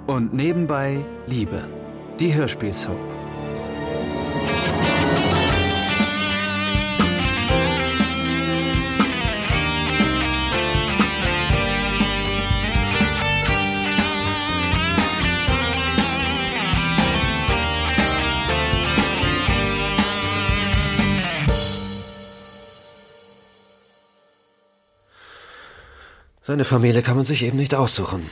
Und nebenbei Liebe, die Hörspielsoap. Seine Familie kann man sich eben nicht aussuchen.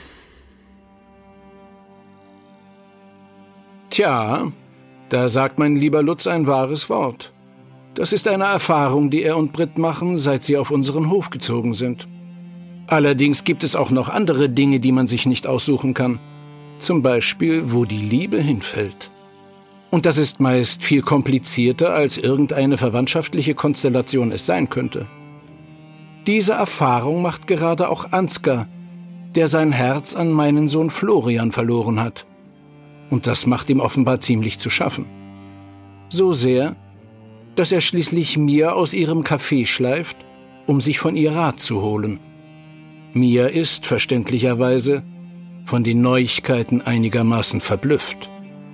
Tja, da sagt mein lieber Lutz ein wahres Wort. Das ist eine Erfahrung, die er und Britt machen, seit sie auf unseren Hof gezogen sind. Allerdings gibt es auch noch andere Dinge, die man sich nicht aussuchen kann. Zum Beispiel, wo die Liebe hinfällt. Und das ist meist viel komplizierter, als irgendeine verwandtschaftliche Konstellation es sein könnte. Diese Erfahrung macht gerade auch Ansgar, der sein Herz an meinen Sohn Florian verloren hat. Und das macht ihm offenbar ziemlich zu schaffen. So sehr, dass er schließlich Mia aus ihrem Café schleift, um sich von ihr Rat zu holen. Mia ist, verständlicherweise, von den Neuigkeiten einigermaßen verblüfft.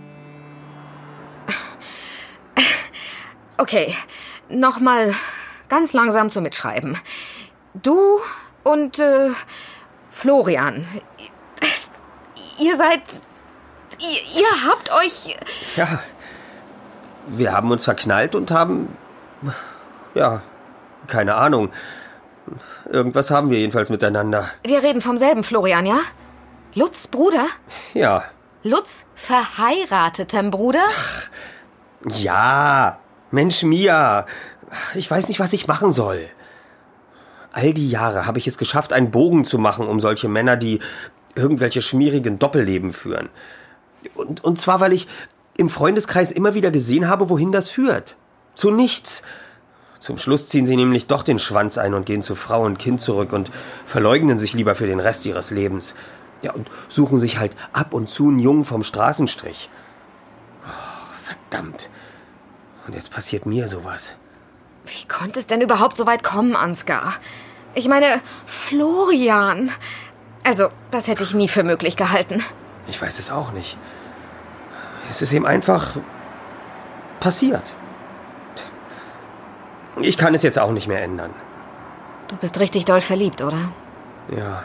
Okay, nochmal ganz langsam zum Mitschreiben. Du und Florian, ihr seid... Ihr habt euch... Ja, wir haben uns verknallt und haben... Ja, keine Ahnung. Irgendwas haben wir jedenfalls miteinander. Wir reden vom selben Florian, ja? Lutz' Bruder? Ja. Lutz verheiratetem Bruder? Ja, Mensch, Mia. Ich weiß nicht, was ich machen soll. All die Jahre habe ich es geschafft, einen Bogen zu machen um solche Männer, die irgendwelche schmierigen Doppelleben führen. Und zwar, weil ich im Freundeskreis immer wieder gesehen habe, wohin das führt. Zu nichts. Zum Schluss ziehen sie nämlich doch den Schwanz ein und gehen zu Frau und Kind zurück und verleugnen sich lieber für den Rest ihres Lebens. Ja, und suchen sich halt ab und zu einen Jungen vom Straßenstrich. Oh, verdammt. Und jetzt passiert mir sowas. Wie konnte es denn überhaupt so weit kommen, Ansgar? Ich meine, Florian. Also, das hätte ich nie für möglich gehalten. Ich weiß es auch nicht. Es ist ihm einfach passiert. Ich kann es jetzt auch nicht mehr ändern. Du bist richtig doll verliebt, oder? Ja.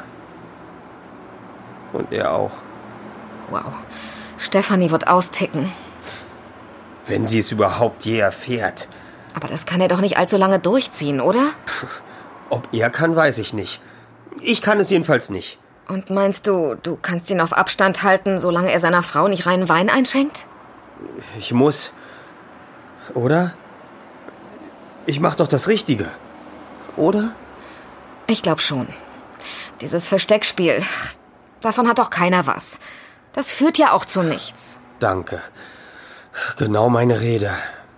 Und er auch. Wow. Stefanie wird austicken. Wenn sie es überhaupt je erfährt. Aber das kann er doch nicht allzu lange durchziehen, oder? Ob er kann, weiß ich nicht. Ich kann es jedenfalls nicht. Und meinst du, du kannst ihn auf Abstand halten, solange er seiner Frau nicht reinen Wein einschenkt? Ich muss. Oder? Ich mach doch das Richtige. Oder? Ich glaube schon. Dieses Versteckspiel, davon hat doch keiner was. Das führt ja auch zu nichts. Danke. Genau meine Rede.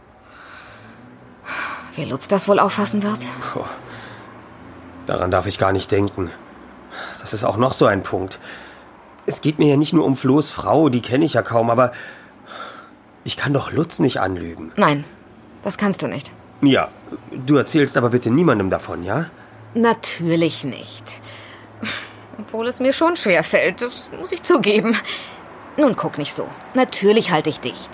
Wie Lutz das wohl auffassen wird? Puh. Daran darf ich gar nicht denken. Das ist auch noch so ein Punkt. Es geht mir ja nicht nur um Flo's Frau, die kenne ich ja kaum, aber ich kann doch Lutz nicht anlügen. Nein, das kannst du nicht. Ja, du erzählst aber bitte niemandem davon, ja? Natürlich nicht. Obwohl es mir schon schwer fällt, das muss ich zugeben. Nun guck nicht so. Natürlich halte ich dicht.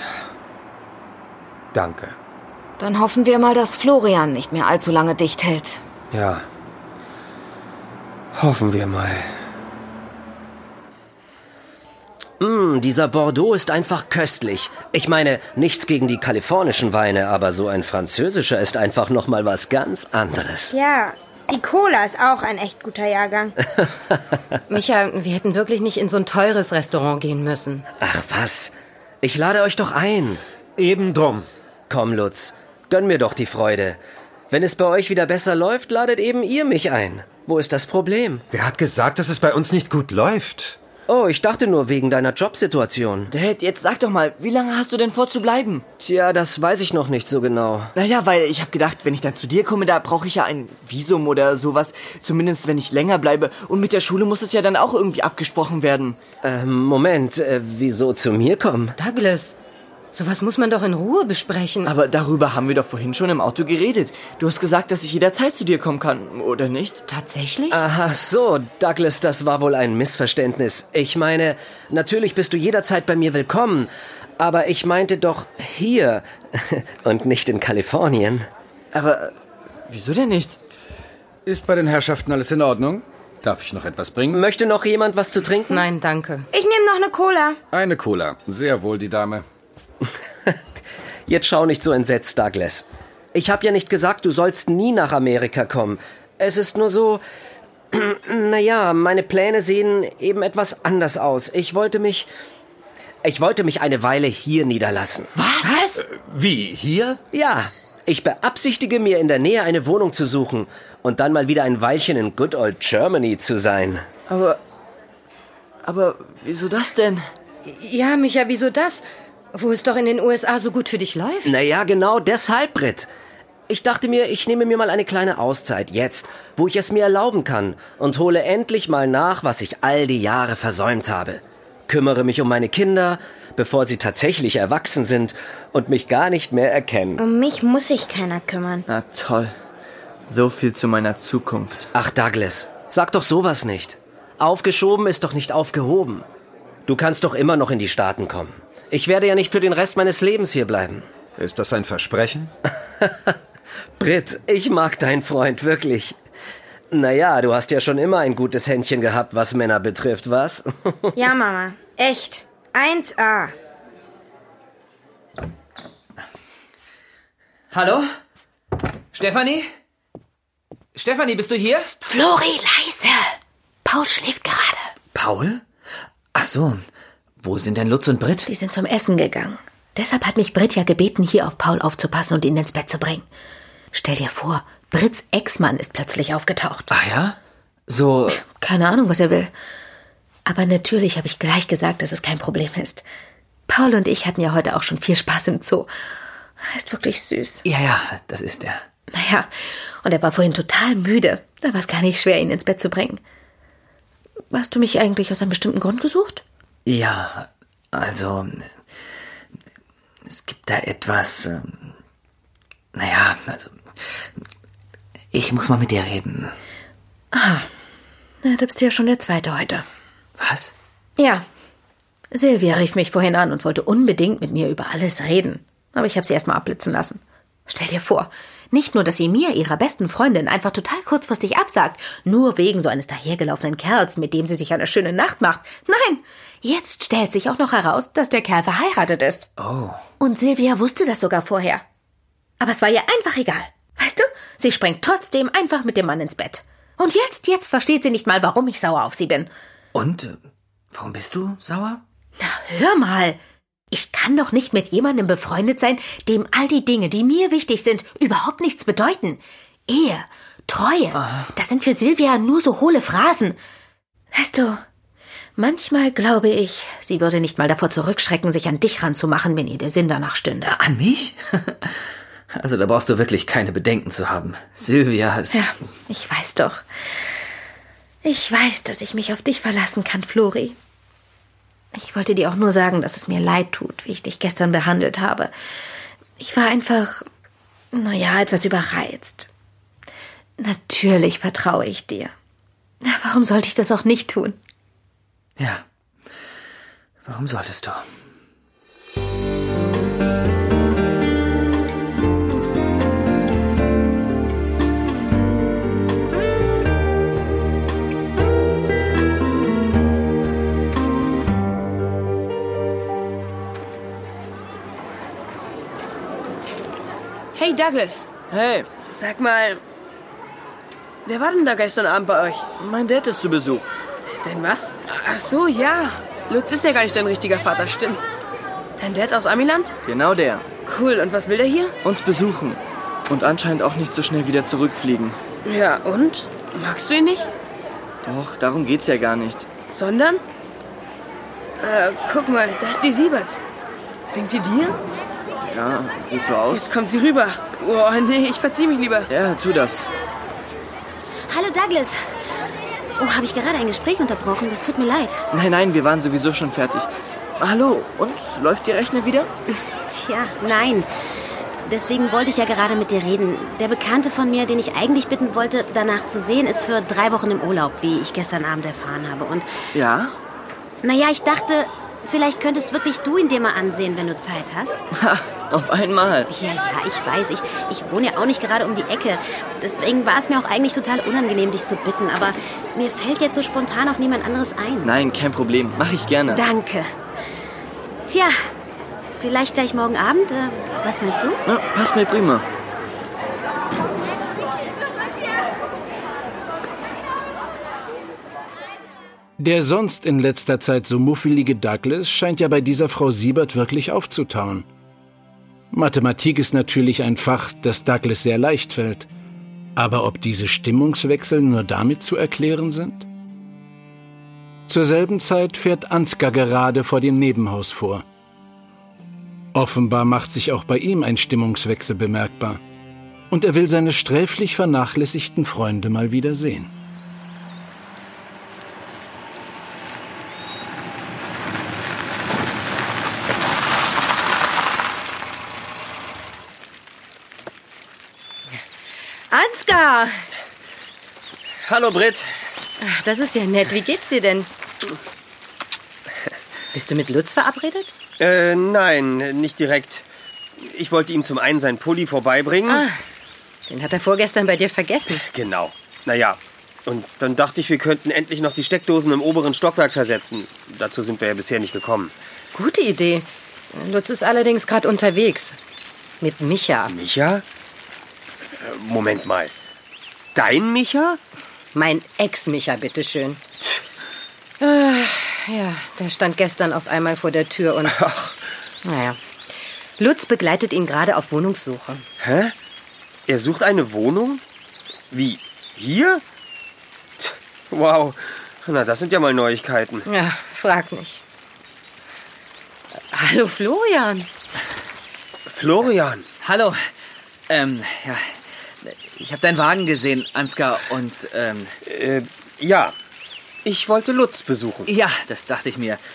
Danke. Dann hoffen wir mal, dass Florian nicht mehr allzu lange dicht hält. Ja. Hoffen wir mal. Dieser Bordeaux ist einfach köstlich. Ich meine, nichts gegen die kalifornischen Weine, aber so ein französischer ist einfach noch mal was ganz anderes. Ja, die Cola ist auch ein echt guter Jahrgang. Micha, wir hätten wirklich nicht in so ein teures Restaurant gehen müssen. Ach was, ich lade euch doch ein. Eben drum. Komm, Lutz, gönn mir doch die Freude. Wenn es bei euch wieder besser läuft, ladet eben ihr mich ein. Wo ist das Problem? Wer hat gesagt, dass es bei uns nicht gut läuft? Oh, ich dachte nur wegen deiner Jobsituation. Dad, jetzt sag doch mal, wie lange hast du denn vor zu bleiben? Tja, das weiß ich noch nicht so genau. Naja, weil ich habe gedacht, wenn ich dann zu dir komme, da brauche ich ja ein Visum oder sowas. Zumindest, wenn ich länger bleibe. Und mit der Schule muss es ja dann auch irgendwie abgesprochen werden. Moment, wieso zu mir kommen? Douglas, Sowas muss man doch in Ruhe besprechen. Aber darüber haben wir doch vorhin schon im Auto geredet. Du hast gesagt, dass ich jederzeit zu dir kommen kann, oder nicht? Tatsächlich? Aha, so, Douglas, das war wohl ein Missverständnis. Ich meine, natürlich bist du jederzeit bei mir willkommen, aber ich meinte doch hier und nicht in Kalifornien. Aber wieso denn nicht? Ist bei den Herrschaften alles in Ordnung? Darf ich noch etwas bringen? Möchte noch jemand was zu trinken? Nein, danke. Ich nehme noch eine Cola. Eine Cola. Sehr wohl, die Dame. Jetzt schau nicht so entsetzt, Douglas. Ich habe ja nicht gesagt, du sollst nie nach Amerika kommen. Es ist nur so, naja, meine Pläne sehen eben etwas anders aus. Ich wollte mich eine Weile hier niederlassen. Was? Wie, hier? Ja, ich beabsichtige mir in der Nähe eine Wohnung zu suchen und dann mal wieder ein Weilchen in Good Old Germany zu sein. Aber wieso das denn? Ja, Micha, wieso das? Wo es doch in den USA so gut für dich läuft. Naja, genau deshalb, Britt. Ich dachte mir, ich nehme mir mal eine kleine Auszeit jetzt, wo ich es mir erlauben kann und hole endlich mal nach, was ich all die Jahre versäumt habe. Kümmere mich um meine Kinder, bevor sie tatsächlich erwachsen sind und mich gar nicht mehr erkennen. Um mich muss sich keiner kümmern. Na toll. So viel zu meiner Zukunft. Ach, Douglas, sag doch sowas nicht. Aufgeschoben ist doch nicht aufgehoben. Du kannst doch immer noch in die Staaten kommen. Ich werde ja nicht für den Rest meines Lebens hier bleiben. Ist das ein Versprechen? Britt, ich mag deinen Freund wirklich. Naja, du hast ja schon immer ein gutes Händchen gehabt, was Männer betrifft, was? Ja, Mama. Echt. 1A. Hallo? Stefanie? Stefanie, bist du hier? Psst, Flori, leise. Paul schläft gerade. Paul? Ach so. Wo sind denn Lutz und Britt? Die sind zum Essen gegangen. Deshalb hat mich Britt ja gebeten, hier auf Paul aufzupassen und ihn ins Bett zu bringen. Stell dir vor, Britts Ex-Mann ist plötzlich aufgetaucht. Ach ja? So... Keine Ahnung, was er will. Aber natürlich habe ich gleich gesagt, dass es kein Problem ist. Paul und ich hatten ja heute auch schon viel Spaß im Zoo. Er ist wirklich süß. Ja, das ist er. Naja, und er war vorhin total müde. Da war es gar nicht schwer, ihn ins Bett zu bringen. Hast du mich eigentlich aus einem bestimmten Grund gesucht? Ja, also... Es gibt da etwas... Naja, also... Ich muss mal mit dir reden. Ah, na, du bist ja schon der Zweite heute. Was? Ja. Silvia rief mich vorhin an und wollte unbedingt mit mir über alles reden. Aber ich habe sie erst mal abblitzen lassen. Stell dir vor, nicht nur, dass sie mir, ihrer besten Freundin, einfach total kurzfristig absagt, nur wegen so eines dahergelaufenen Kerls, mit dem sie sich eine schöne Nacht macht. Nein, jetzt stellt sich auch noch heraus, dass der Kerl verheiratet ist. Oh. Und Silvia wusste das sogar vorher. Aber es war ihr einfach egal. Weißt du, sie springt trotzdem einfach mit dem Mann ins Bett. Und jetzt versteht sie nicht mal, warum ich sauer auf sie bin. Und? Warum bist du sauer? Na, hör mal. Ich kann doch nicht mit jemandem befreundet sein, dem all die Dinge, die mir wichtig sind, überhaupt nichts bedeuten. Ehe, Treue, das sind für Silvia nur so hohle Phrasen. Weißt du, manchmal glaube ich, sie würde nicht mal davor zurückschrecken, sich an dich ranzumachen, wenn ihr der Sinn danach stünde. An mich? Also da brauchst du wirklich keine Bedenken zu haben. Silvia ist... Ja, ich weiß doch. Ich weiß, dass ich mich auf dich verlassen kann, Flori. Ich wollte dir auch nur sagen, dass es mir leid tut, wie ich dich gestern behandelt habe. Ich war einfach, etwas überreizt. Natürlich vertraue ich dir. Warum sollte ich das auch nicht tun? Ja, warum solltest du? Hey Douglas. Hey. Sag mal, wer war denn da gestern Abend bei euch? Mein Dad ist zu Besuch. Denn was? Ach so, ja. Lutz ist ja gar nicht dein richtiger Vater, stimmt. Dein Dad aus Amiland? Genau der. Cool, und was will der hier? Uns besuchen. Und anscheinend auch nicht so schnell wieder zurückfliegen. Ja, und? Magst du ihn nicht? Doch, darum geht's ja gar nicht. Sondern? Guck mal, da ist die Siebert. Winkt die dir? Ja, sieht so aus. Jetzt kommt sie rüber. Oh, nee, ich verzieh mich lieber. Ja, tu das. Hallo Douglas. Oh, habe ich gerade ein Gespräch unterbrochen? Das tut mir leid. Nein, wir waren sowieso schon fertig. Hallo, und? Läuft Ihr Rechner wieder? Tja, nein. Deswegen wollte ich ja gerade mit dir reden. Der Bekannte von mir, den ich eigentlich bitten wollte, danach zu sehen, ist für 3 Wochen im Urlaub, wie ich gestern Abend erfahren habe. Und ja? Naja, ich dachte, vielleicht könntest wirklich du ihn dir mal ansehen, wenn du Zeit hast. Ha, auf einmal. Ja, ich weiß. Ich wohne ja auch nicht gerade um die Ecke. Deswegen war es mir auch eigentlich total unangenehm, dich zu bitten. Aber mir fällt jetzt so spontan auch niemand anderes ein. Nein, kein Problem. Mache ich gerne. Danke. Tja, vielleicht gleich morgen Abend. Was meinst du? Ja, passt mir prima. Der sonst in letzter Zeit so muffelige Douglas scheint ja bei dieser Frau Siebert wirklich aufzutauen. Mathematik ist natürlich ein Fach, das Douglas sehr leicht fällt. Aber ob diese Stimmungswechsel nur damit zu erklären sind? Zur selben Zeit fährt Ansgar gerade vor dem Nebenhaus vor. Offenbar macht sich auch bei ihm ein Stimmungswechsel bemerkbar. Und er will seine sträflich vernachlässigten Freunde mal wieder sehen. Ansgar! Hallo, Britt. Ach, das ist ja nett. Wie geht's dir denn? Bist du mit Lutz verabredet? Nein, nicht direkt. Ich wollte ihm zum einen seinen Pulli vorbeibringen. Ah, den hat er vorgestern bei dir vergessen. Genau. Naja, und dann dachte ich, wir könnten endlich noch die Steckdosen im oberen Stockwerk versetzen. Dazu sind wir ja bisher nicht gekommen. Gute Idee. Lutz ist allerdings gerade unterwegs. Mit Micha. Micha? Moment mal. Dein Micha? Mein Ex-Micha, bitteschön. Ja, der stand gestern auf einmal vor der Tür und... Ach. Naja. Lutz begleitet ihn gerade auf Wohnungssuche. Hä? Er sucht eine Wohnung? Wie? Hier? Wow. Na, das sind ja mal Neuigkeiten. Ja, frag nicht. Hallo, Florian. Florian. Hallo. Ja. Ich habe deinen Wagen gesehen, Ansgar, und, ja. Ich wollte Lutz besuchen. Ja, das dachte ich mir.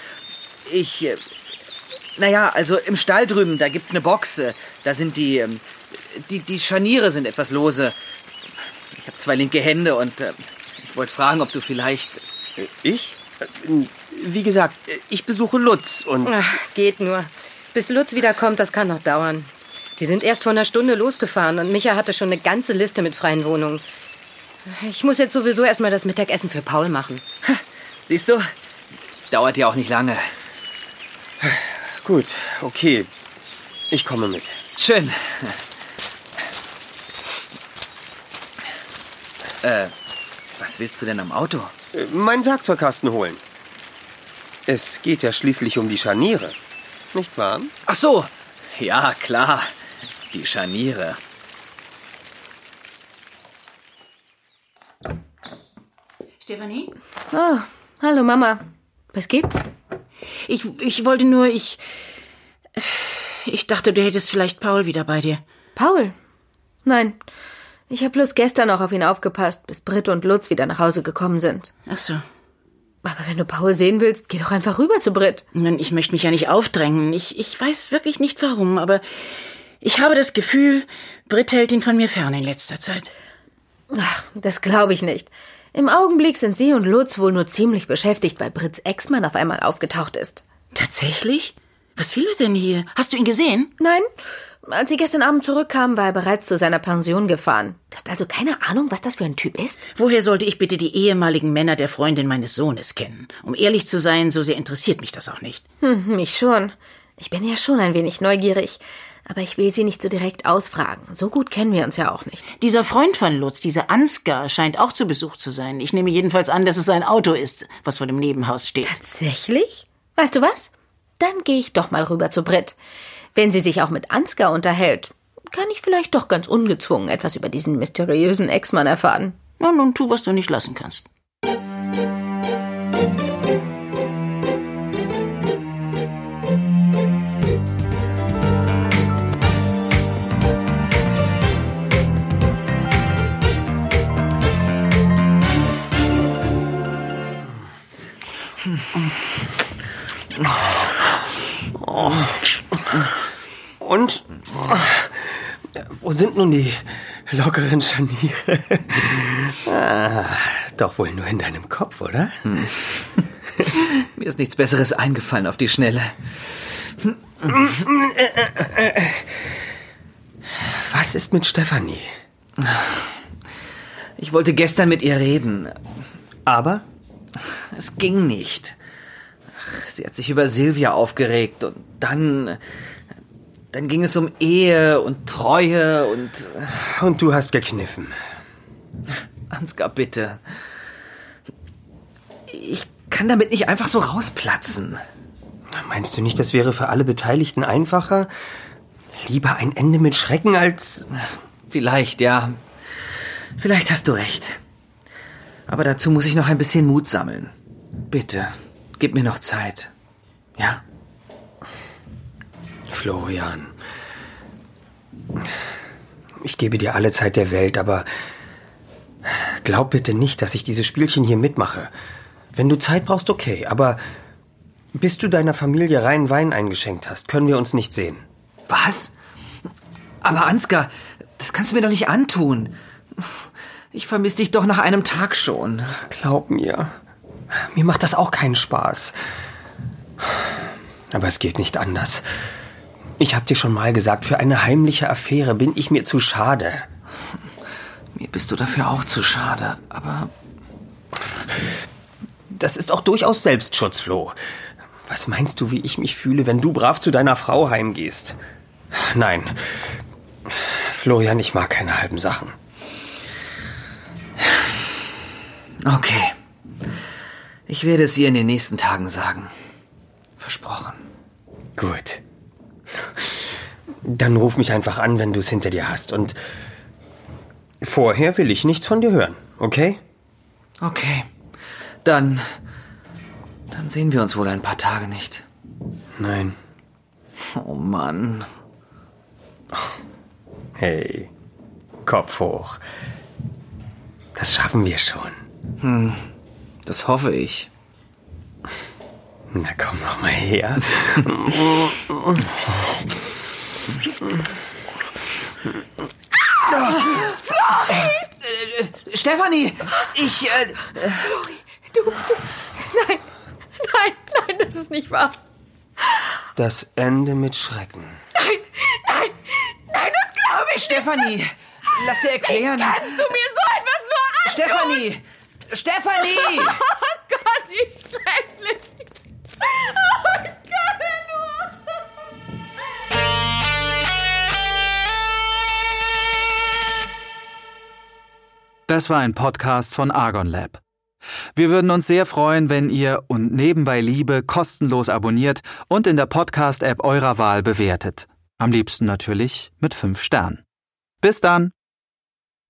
Naja, also im Stall drüben, da gibt's eine Box. Da sind die Scharniere sind etwas lose. Ich habe 2 linke Hände und ich wollte fragen, ob du vielleicht... Ich? Wie gesagt, ich besuche Lutz und... Ach, geht nur. Bis Lutz wiederkommt, das kann noch dauern. Die sind erst vor einer Stunde losgefahren und Micha hatte schon eine ganze Liste mit freien Wohnungen. Ich muss jetzt sowieso erstmal das Mittagessen für Paul machen. Siehst du? Dauert ja auch nicht lange. Gut, okay. Ich komme mit. Schön. Was willst du denn am Auto? Meinen Werkzeugkasten holen. Es geht ja schließlich um die Scharniere. Nicht wahr? Ach so. Ja, klar. Die Scharniere. Stefanie? Oh, hallo Mama. Was gibt's? Ich wollte nur, ich dachte, du hättest vielleicht Paul wieder bei dir. Paul? Nein. Ich habe bloß gestern auch auf ihn aufgepasst, bis Britt und Lutz wieder nach Hause gekommen sind. Ach so. Aber wenn du Paul sehen willst, geh doch einfach rüber zu Britt. Nein, ich möchte mich ja nicht aufdrängen. Ich weiß wirklich nicht warum, aber ich habe das Gefühl, Britt hält ihn von mir fern in letzter Zeit. Ach, das glaube ich nicht. Im Augenblick sind sie und Lutz wohl nur ziemlich beschäftigt, weil Britts Ex-Mann auf einmal aufgetaucht ist. Tatsächlich? Was will er denn hier? Hast du ihn gesehen? Nein. Als sie gestern Abend zurückkamen, war er bereits zu seiner Pension gefahren. Du hast also keine Ahnung, was das für ein Typ ist? Woher sollte ich bitte die ehemaligen Männer der Freundin meines Sohnes kennen? Um ehrlich zu sein, so sehr interessiert mich das auch nicht. Mich schon. Ich bin ja schon ein wenig neugierig. Aber ich will sie nicht so direkt ausfragen. So gut kennen wir uns ja auch nicht. Dieser Freund von Lutz, dieser Ansgar, scheint auch zu Besuch zu sein. Ich nehme jedenfalls an, dass es sein Auto ist, was vor dem Nebenhaus steht. Tatsächlich? Weißt du was? Dann gehe ich doch mal rüber zu Britt. Wenn sie sich auch mit Ansgar unterhält, kann ich vielleicht doch ganz ungezwungen etwas über diesen mysteriösen Ex-Mann erfahren. Na, nun tu, was du nicht lassen kannst. Und? Wo sind nun die lockeren Scharniere? Doch wohl nur in deinem Kopf, oder? Mir ist nichts Besseres eingefallen auf die Schnelle. Was ist mit Stefanie? Ich wollte gestern mit ihr reden. Aber? Es ging nicht. Sie hat sich über Silvia aufgeregt und dann ging es um Ehe und Treue und... Und du hast gekniffen. Ansgar, bitte. Ich kann damit nicht einfach so rausplatzen. Meinst du nicht, das wäre für alle Beteiligten einfacher? Lieber ein Ende mit Schrecken als... Vielleicht, ja. Vielleicht hast du recht. Aber dazu muss ich noch ein bisschen Mut sammeln. Bitte, gib mir noch Zeit. Ja? Florian, ich gebe dir alle Zeit der Welt, aber glaub bitte nicht, dass ich dieses Spielchen hier mitmache. Wenn du Zeit brauchst, okay, aber bis du deiner Familie reinen Wein eingeschenkt hast, können wir uns nicht sehen. Was? Aber Ansgar, das kannst du mir doch nicht antun. Ich vermisse dich doch nach einem Tag schon. Glaub mir macht das auch keinen Spaß. Aber es geht nicht anders. Ich hab dir schon mal gesagt, für eine heimliche Affäre bin ich mir zu schade. Mir bist du dafür auch zu schade, aber... Das ist auch durchaus Selbstschutz, Flo. Was meinst du, wie ich mich fühle, wenn du brav zu deiner Frau heimgehst? Nein. Florian, ich mag keine halben Sachen. Okay. Ich werde es ihr in den nächsten Tagen sagen. Versprochen. Gut. Dann ruf mich einfach an, wenn du es hinter dir hast. Und vorher will ich nichts von dir hören, okay? Okay. Dann sehen wir uns wohl ein paar Tage nicht. Nein. Oh Mann. Hey, Kopf hoch. Das schaffen wir schon. Das hoffe ich. Na komm noch mal her. Stefanie, ich... Flori, du... Nein, das ist nicht wahr. Das Ende mit Schrecken. Nein, das glaube ich Stefanie, nicht. lass dir erklären. Wie kannst du mir so etwas nur antun? Stefanie! Oh Gott, wie schrecklich. Oh Gott, nur. Das war ein Podcast von Argon Lab. Wir würden uns sehr freuen, wenn ihr und Nebenbei Liebe kostenlos abonniert und in der Podcast-App eurer Wahl bewertet. Am liebsten natürlich mit 5 Sternen. Bis dann!